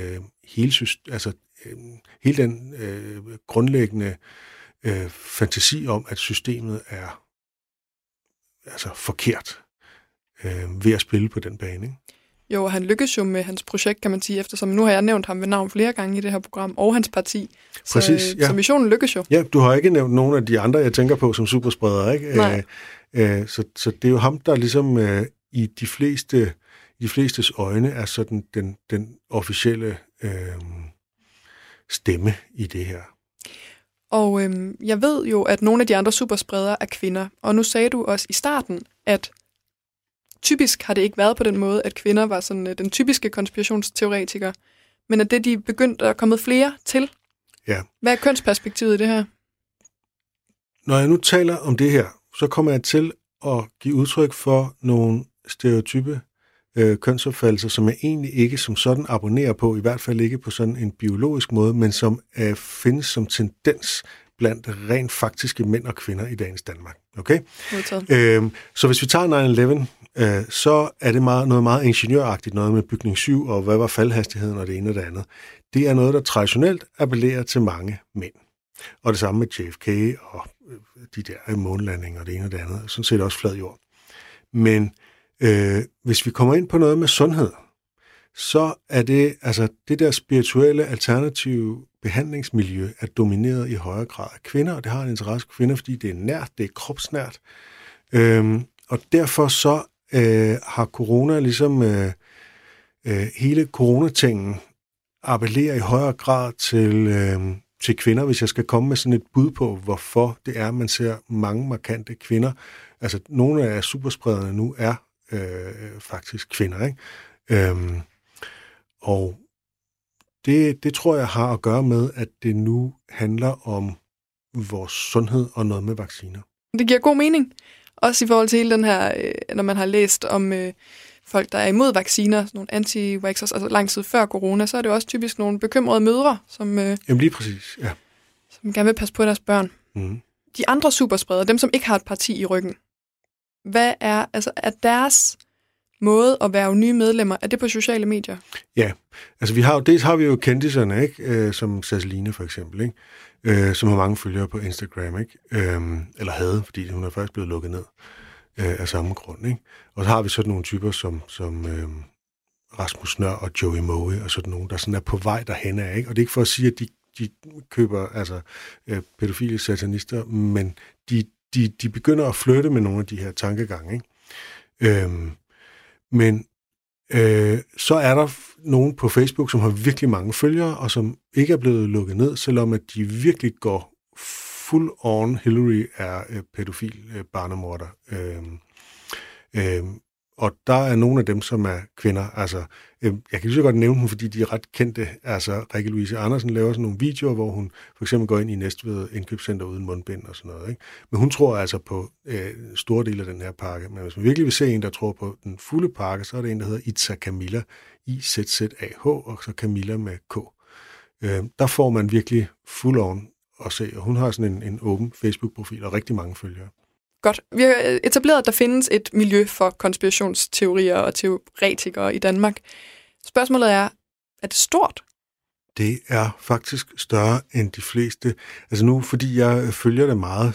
hele den grundlæggende fantasi om, at systemet er forkert ved at spille på den bane, ikke? Jo, han lykkes jo med hans projekt, kan man sige, eftersom nu har jeg nævnt ham ved navn flere gange i det her program, og hans parti. Præcis, ja. Så missionen lykkes jo. Ja, du har ikke nævnt nogen af de andre, jeg tænker på som superspredere, ikke? Nej. Så det er jo ham, der ligesom i de flestes øjne er sådan den officielle stemme i det her. Og jeg ved jo, at nogle af de andre superspredere er kvinder, og nu sagde du også i starten, at typisk har det ikke været på den måde, at kvinder var sådan den typiske konspirationsteoretiker, men at det de begyndte at komme flere til. Ja. Hvad er kønsperspektivet i det her? Når jeg nu taler om det her, så kommer jeg til at give udtryk for nogle stereotype kønsopfattelser, som jeg egentlig ikke som sådan abonnerer på, i hvert fald ikke på sådan en biologisk måde, men som findes som tendens blandt rent faktiske mænd og kvinder i dagens Danmark. Okay? Så hvis vi tager 9/11, så er det noget meget ingeniøragtigt, noget med bygning 7, og hvad var faldhastigheden og det ene og det andet. Det er noget, der traditionelt appellerer til mange mænd. Og det samme med JFK og de der månelandinger og det ene og det andet. Sådan set også flad jord. Men hvis vi kommer ind på noget med sundhed, så er det, altså det der spirituelle alternative behandlingsmiljø er domineret i højere grad af kvinder, og det har en interesse for kvinder, fordi det er nært, det er kropsnært. Og derfor så har corona ligesom hele coronatingen appellerer i højere grad til kvinder, hvis jeg skal komme med sådan et bud på, hvorfor det er, man ser mange markante kvinder. Altså nogle af supersprederne nu er faktisk kvinder, ikke? Og det tror jeg har at gøre med, at det nu handler om vores sundhed og noget med vacciner. Det giver god mening. Også i forhold til hele den her, når man har læst om folk, der er imod vacciner, nogle anti-vaxxers, altså lang tid før corona, så er det også typisk nogle bekymrede mødre, som, jamen lige præcis, ja. Som gerne vil passe på deres børn. Mm. De andre superspredere, dem som ikke har et parti i ryggen, hvad er deres måde at være nye medlemmer? Er det på sociale medier? Ja, altså har vi jo kendiserne, ikke? Som Sasseline for eksempel, ikke? Som har mange følgere på Instagram, ikke? Eller havde, fordi hun er faktisk blevet lukket ned af samme grund, ikke? Og så har vi sådan nogle typer som Rasmus Nør og Joey Moe og sådan nogle, der sådan er på vej derhen af, ikke? Og det er ikke for at sige, at de køber pædofile satanister, men de begynder at flytte med nogle af de her tankegange, ikke? Men så er der nogen på Facebook, som har virkelig mange følgere, og som ikke er blevet lukket ned, selvom at de virkelig går full on. Hillary er pædofil barnemorder. Og der er nogle af dem, som er kvinder. Altså, jeg kan lige så godt nævne dem, fordi de er ret kendte. Altså, Rikke Louise Andersen laver sådan nogle videoer, hvor hun for eksempel går ind i Næstved indkøbscenter uden mundbind og sådan noget. Ikke? Men hun tror altså på store dele af den her pakke. Men hvis man virkelig vil se en, der tror på den fulde pakke, så er det en, der hedder Itza Camilla, IZZAH, og så Camilla med K. Der får man virkelig full on at se, og hun har sådan en åben Facebook-profil og rigtig mange følgere. Godt. Vi har etableret, at der findes et miljø for konspirationsteorier og teoretikere i Danmark. Spørgsmålet er det stort? Det er faktisk større end de fleste. Altså nu, fordi jeg følger det meget,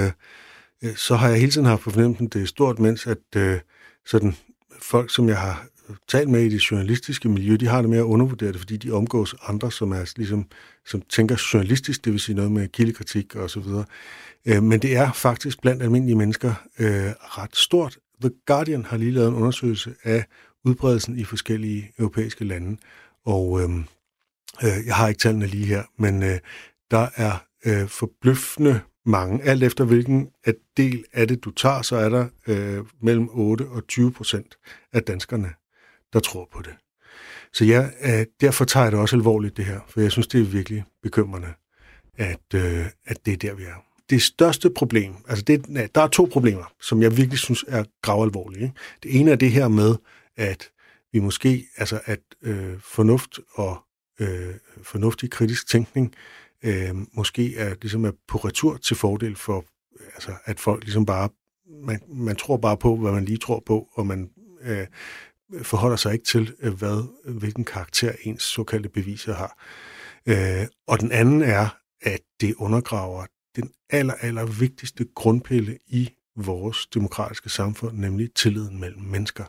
så har jeg hele tiden haft på fornemmelsen, det er stort, mens at sådan folk, som jeg har talt med i det journalistiske miljø, de har det med at undervurdere det, fordi de omgås andre, som er ligesom, som tænker journalistisk, det vil sige noget med kildekritik og så videre. Men det er faktisk blandt almindelige mennesker ret stort. The Guardian har lige lavet en undersøgelse af udbredelsen i forskellige europæiske lande, og jeg har ikke tallene lige her, men der er forbløffende mange. Alt efter hvilken del af det du tager, så er der mellem 8 og 20% af danskerne, der tror på det. Så derfor tager jeg det også alvorligt, det her, for jeg synes, det er virkelig bekymrende, at det er der, vi er. Det største problem, altså der er 2 problemer, som jeg virkelig synes er gravalvorlige. Ikke? Det ene er det her med, at vi måske, altså at fornuft og fornuftig kritisk tænkning måske er ligesom på retur til fordel for, altså at folk ligesom bare, man tror bare på, hvad man lige tror på, og man forholder sig ikke til, hvilken karakter ens såkaldte beviser har. Og den anden er, at det undergraver den aller vigtigste grundpille i vores demokratiske samfund, nemlig tilliden mellem mennesker.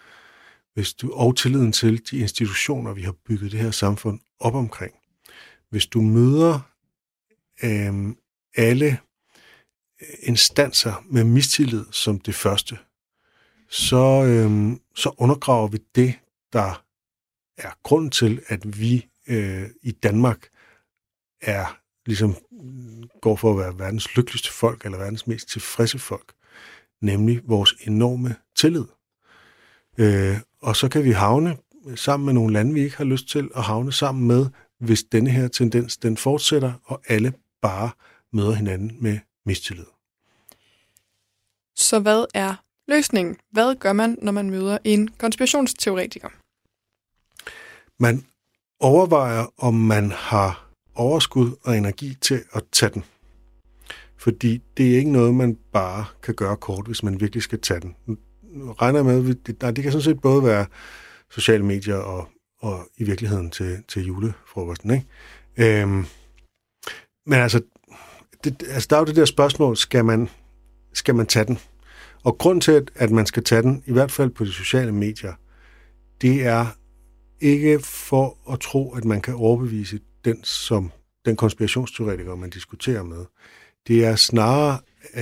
Og tilliden til de institutioner, vi har bygget det her samfund op omkring. Hvis du møder alle instanser med mistillid som det første, så undergraver vi det, der er grunden til, at vi i Danmark går for at være verdens lykkeligste folk, eller verdens mest tilfredse folk, nemlig vores enorme tillid. Og så kan vi havne sammen med nogle lande, vi ikke har lyst til at havne sammen med, hvis denne her tendens, den fortsætter, og alle bare møder hinanden med mistillid. Så hvad er løsningen? Hvad gør man, når man møder en konspirationsteoretiker? Man overvejer, om man har overskud og energi til at tage den. Fordi det er ikke noget, man bare kan gøre kort, hvis man virkelig skal tage den. Nu regner jeg med, det kan sådan set både være sociale medier og i virkeligheden til julefrokosten. Ikke? Men altså, der er jo det der spørgsmål, skal man tage den? Og grund til, at man skal tage den, i hvert fald på de sociale medier, det er ikke for at tro, at man kan overbevise den konspirationsteoretiker, man diskuterer med. Det er snarere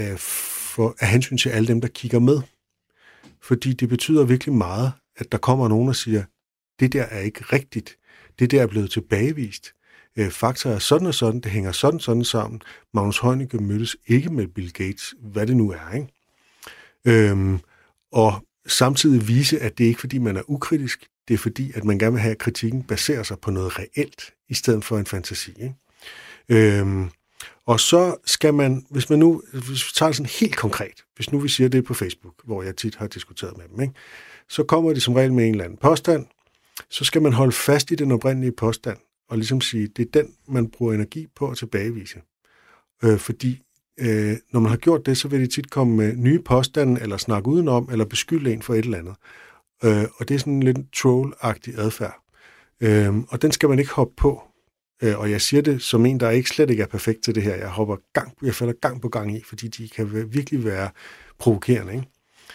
af hensyn til alle dem, der kigger med. Fordi det betyder virkelig meget, at der kommer nogen og siger, det der er ikke rigtigt. Det der er blevet tilbagevist. Fakta er sådan og sådan, det hænger sådan sammen. Magnus Heunicke mødtes ikke med Bill Gates, hvad det nu er, ikke? Og samtidig vise, at det ikke er, fordi man er ukritisk, det er fordi, at man gerne vil have, at kritikken baserer sig på noget reelt, i stedet for en fantasi, ikke? Og så skal man, hvis vi tager det sådan helt konkret, hvis nu vi siger det på Facebook, hvor jeg tit har diskuteret med dem, ikke? Så kommer de som regel med en eller anden påstand, så skal man holde fast i den oprindelige påstand, og ligesom sige, det er den, man bruger energi på at tilbagevise. Fordi når man har gjort det, så vil de tit komme med nye påstande, eller snakke udenom, eller beskylde en for et eller andet. Og det er sådan en lidt troll-agtig adfærd. Og den skal man ikke hoppe på. Og jeg siger det som en, der slet ikke er perfekt til det her. Jeg falder gang på gang i, fordi de kan virkelig være provokerende, ikke?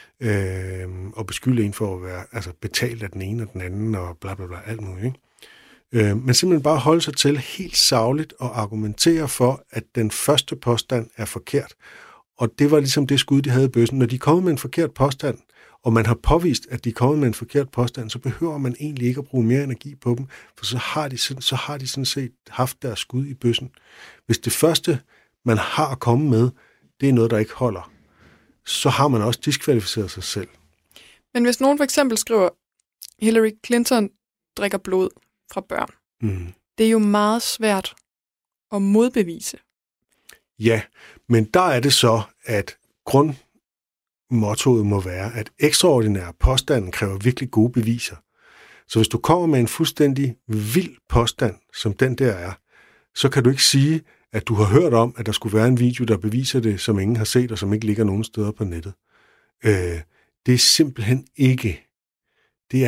Og beskylde en for at være betalt af den ene og den anden, og bla bla bla, alt muligt, ikke? Men simpelthen bare holde sig til helt sagligt og argumentere for, at den første påstand er forkert. Og det var ligesom det skud, de havde i bøssen. Når de kommer med en forkert påstand, og man har påvist, at de er kommet med en forkert påstand, så behøver man egentlig ikke at bruge mere energi på dem, for så har de sådan set haft deres skud i bøssen. Hvis det første, man har at komme med, det er noget, der ikke holder, så har man også diskvalificeret sig selv. Men hvis nogen for eksempel skriver, Hillary Clinton drikker blod fra børn, det er jo meget svært at modbevise. Ja, men der er det så, at grundmottoet må være, at ekstraordinære påstanden kræver virkelig gode beviser. Så hvis du kommer med en fuldstændig vild påstand, som den der er, så kan du ikke sige, at du har hørt om, at der skulle være en video, der beviser det, som ingen har set, og som ikke ligger nogen steder på nettet. Det er simpelthen ikke. Det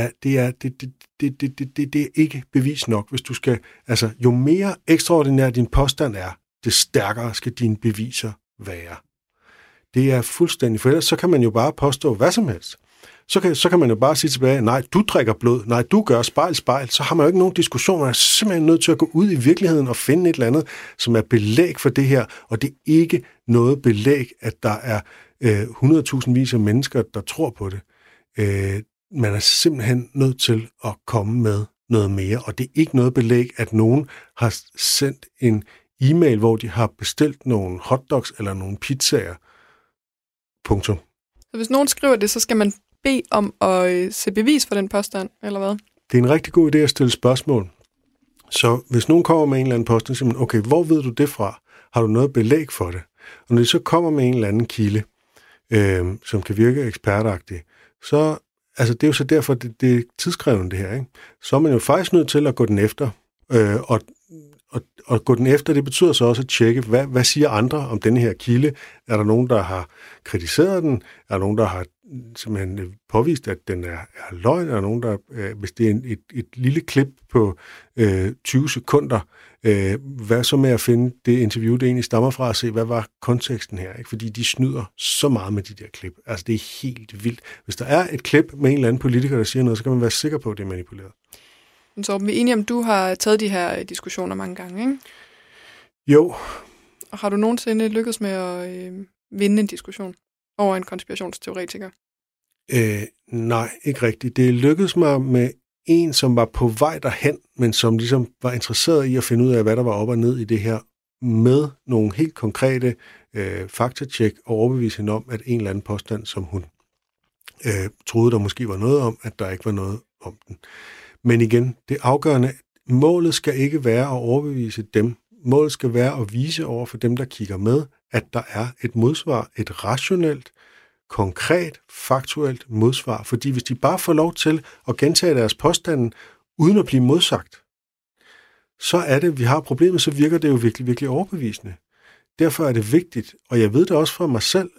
er ikke bevis nok, hvis du skal. Altså, jo mere ekstraordinær din påstand er, det stærkere skal dine beviser være. Det er fuldstændig, for ellers så kan man jo bare påstå hvad som helst. Så kan man jo bare sige tilbage, nej, du drikker blod, nej, du gør spejl, så har man jo ikke nogen diskussion. Man er simpelthen nødt til at gå ud i virkeligheden og finde et eller andet, som er belæg for det her, og det er ikke noget belæg, at der er 100.000 vis af mennesker, der tror på det. Man er simpelthen nødt til at komme med noget mere, og det er ikke noget belæg, at nogen har sendt en e-mail, hvor de har bestilt nogle hotdogs eller nogle pizzaer. Punktum. Så hvis nogen skriver det, så skal man bede om at se bevis for den påstand, eller hvad? Det er en rigtig god idé at stille spørgsmål. Så hvis nogen kommer med en eller anden påstand, så siger man, okay, hvor ved du det fra? Har du noget belæg for det? Og når de så kommer med en eller anden kilde, som kan virke ekspertagtigt, så, altså det er jo så derfor, det er tidskrævende det her, ikke? Så er man jo faktisk nødt til at gå den efter, og gå den efter, det betyder så også at tjekke, hvad siger andre om denne her kilde? Er der nogen, der har kritiseret den? Er der nogen, der har simpelthen påvist, at den er løgn? Er der nogen, der, hvis det er et lille klip på 20 sekunder, hvad så med at finde det interview, det egentlig stammer fra, og se, hvad var konteksten her? Ikke? Fordi de snyder så meget med de der klip. Altså, det er helt vildt. Hvis der er et klip med en eller anden politiker, der siger noget, så kan man være sikker på, at det er manipuleret. Så vi er enige om, du har taget de her diskussioner mange gange, ikke? Jo. Og har du nogensinde lykkedes med at vinde en diskussion over en konspirationsteoretiker? Nej, ikke rigtigt. Det lykkedes mig med en, som var på vej derhen, men som ligesom var interesseret i at finde ud af, hvad der var op og ned i det her, med nogle helt konkrete faktatjek og overbevise hende om, at en eller anden påstand, som hun troede, der måske var noget om, at der ikke var noget om den. Men igen, det afgørende, målet skal ikke være at overbevise dem. Målet skal være at vise over for dem, der kigger med, at der er et modsvar, et rationelt, konkret, faktuelt modsvar. Fordi hvis de bare får lov til at gentage deres påstande, uden at blive modsagt, så er det, vi har problemet, så virker det jo virkelig, virkelig overbevisende. Derfor er det vigtigt, og jeg ved det også fra mig selv,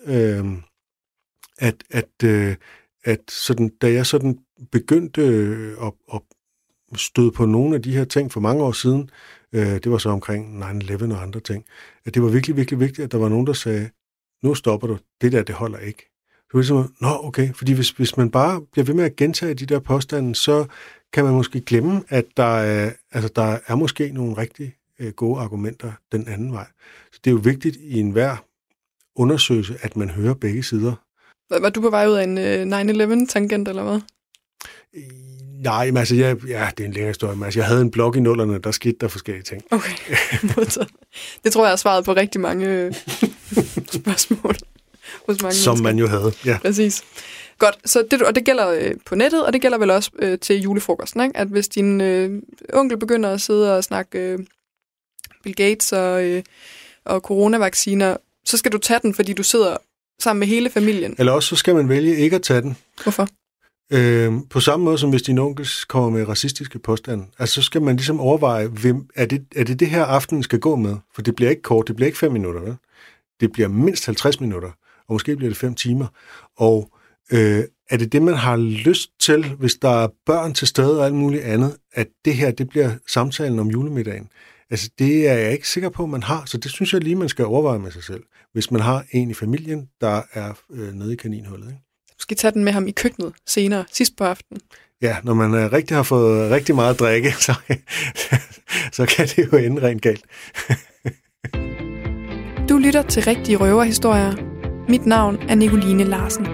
at sådan, da jeg sådan begyndte at støde på nogle af de her ting for mange år siden, det var så omkring 9/11 og andre ting, at det var virkelig, virkelig vigtigt, at der var nogen, der sagde, nu stopper du, det holder ikke. Så var det ligesom, okay, fordi hvis man bare bliver ved med at gentage de der påstande, så kan man måske glemme, at der er måske nogle rigtig gode argumenter den anden vej. Så det er jo vigtigt i enhver undersøgelse, at man hører begge sider. Var du på vej ud af en 9/11-tangent, eller hvad? Nej, men altså, det er en længere historie, men altså, jeg havde en blog i 00'erne, der skete der forskellige ting. Okay, det tror jeg er svaret på rigtig mange spørgsmål. Hos mange som mennesker. Man jo havde, ja. Præcis. Godt, så det gælder på nettet, og det gælder vel også til julefrokosten, ikke? At hvis din onkel begynder at sidde og snakke Bill Gates og coronavacciner, så skal du tage den, fordi du sidder sammen med hele familien. Eller også så skal man vælge ikke at tage den. Hvorfor? På samme måde som hvis din onkel kommer med racistiske påstande. Altså så skal man ligesom overveje, er det her aftenen skal gå med? For det bliver ikke kort, det bliver ikke 5 minutter, vel? Det bliver mindst 50 minutter, og måske bliver det 5 timer. Og er det, man har lyst til, hvis der er børn til stede og alt muligt andet, at det her, det bliver samtalen om julemiddagen? Altså, det er jeg ikke sikker på, man har, så det synes jeg lige, man skal overveje med sig selv, hvis man har en i familien, der er nede i kaninhullet, ikke? Du skal tage den med ham i køkkenet senere, sidst på aftenen. Ja, når man rigtig har fået rigtig meget drikke, så kan det jo ende rent galt. Du lytter til Rigtige Røverhistorier. Mit navn er Nicoline Larsen.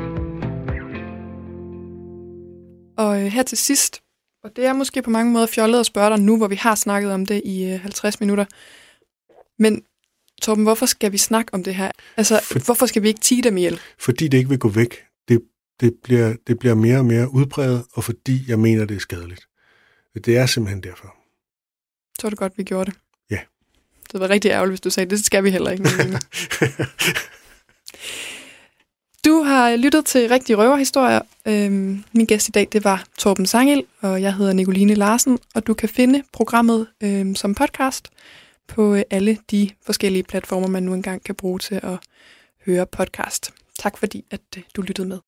Og her til sidst, og det er måske på mange måder fjollet at spørge dig nu, hvor vi har snakket om det i 50 minutter. Men Torben, hvorfor skal vi snakke om det her? Altså, hvorfor skal vi ikke tie dem ihjel? Fordi det ikke vil gå væk. det bliver mere og mere udbredt, og fordi jeg mener, det er skadeligt. Det er simpelthen derfor. Så var det godt, vi gjorde det. Ja. Det var rigtig ærgerligt, hvis du sagde, det skal vi heller ikke. Du har lyttet til Rigtige Røverhistorier. Min gæst i dag, det var Torben Sangild, og jeg hedder Nicoline Larsen, og du kan finde programmet som podcast på alle de forskellige platformer, man nu engang kan bruge til at høre podcast. Tak fordi, at du lyttede med.